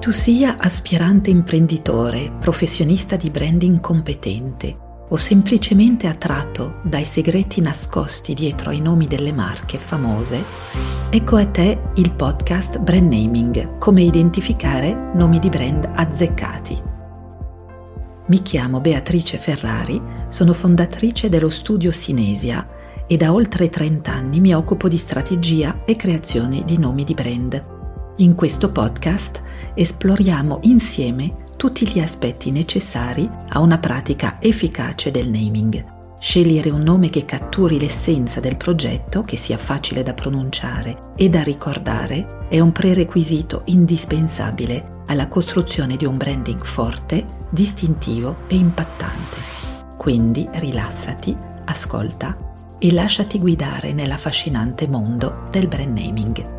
Tu sia aspirante imprenditore, professionista di branding competente o semplicemente attratto dai segreti nascosti dietro ai nomi delle marche famose, ecco a te il podcast Brand Naming, come identificare nomi di brand azzeccati. Mi chiamo Beatrice Ferrari, sono fondatrice dello studio Sinesia e da oltre 30 anni mi occupo di strategia e creazione di nomi di brand. In questo podcast esploriamo insieme tutti gli aspetti necessari a una pratica efficace del naming. Scegliere un nome che catturi l'essenza del progetto, che sia facile da pronunciare e da ricordare, è un prerequisito indispensabile alla costruzione di un branding forte, distintivo e impattante. Quindi rilassati, ascolta e lasciati guidare nell'affascinante mondo del brand naming.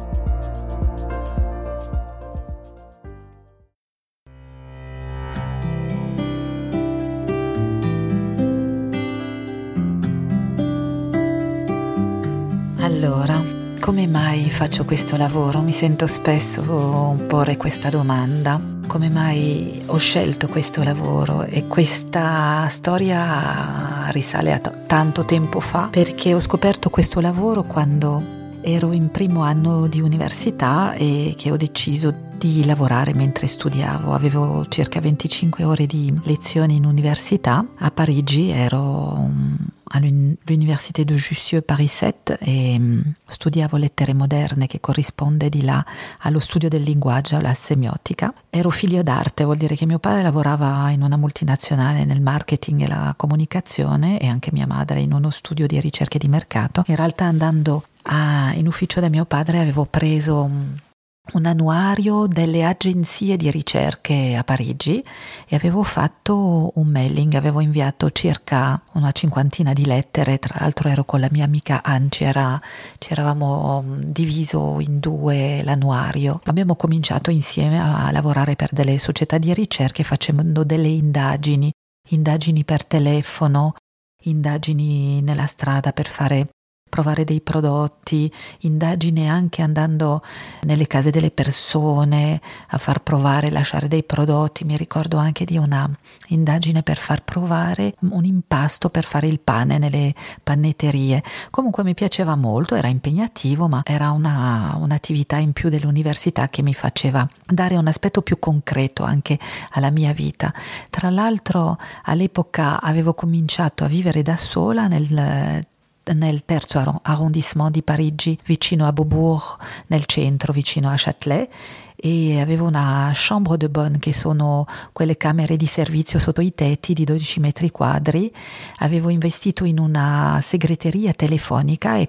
Allora, come mai faccio questo lavoro? Mi sento spesso porre questa domanda. Come mai ho scelto questo lavoro? E questa storia risale a tanto tempo fa, perché ho scoperto questo lavoro quando ero in primo anno di università e che ho deciso di lavorare mentre studiavo. Avevo circa 25 ore di lezioni in università. A Parigi ero all'Université de Jussieu Paris 7 e studiavo lettere moderne, che corrisponde di là allo studio del linguaggio, alla semiotica. Ero figlio d'arte, vuol dire che mio padre lavorava in una multinazionale nel marketing e la comunicazione e anche mia madre in uno studio di ricerche di mercato. In realtà, andando in ufficio da mio padre, avevo preso un annuario delle agenzie di ricerche a Parigi e avevo fatto un mailing, avevo inviato circa una 50 di lettere. Tra l'altro ero con la mia amica Anci, ci eravamo diviso in due l'annuario. Abbiamo cominciato insieme a lavorare per delle società di ricerche facendo delle indagini per telefono, indagini nella strada per provare dei prodotti, indagine anche andando nelle case delle persone a far provare, lasciare dei prodotti. Mi ricordo anche di una indagine per far provare un impasto per fare il pane nelle panetterie. Comunque mi piaceva molto, era impegnativo, ma era un'attività in più dell'università che mi faceva dare un aspetto più concreto anche alla mia vita. Tra l'altro all'epoca avevo cominciato a vivere da sola nel terzo arrondissement di Parigi, vicino a Beaubourg, nel centro, vicino a Châtelet, e avevo una chambre de bonne, che sono quelle camere di servizio sotto i tetti di 12 metri quadri. Avevo investito in una segreteria telefonica e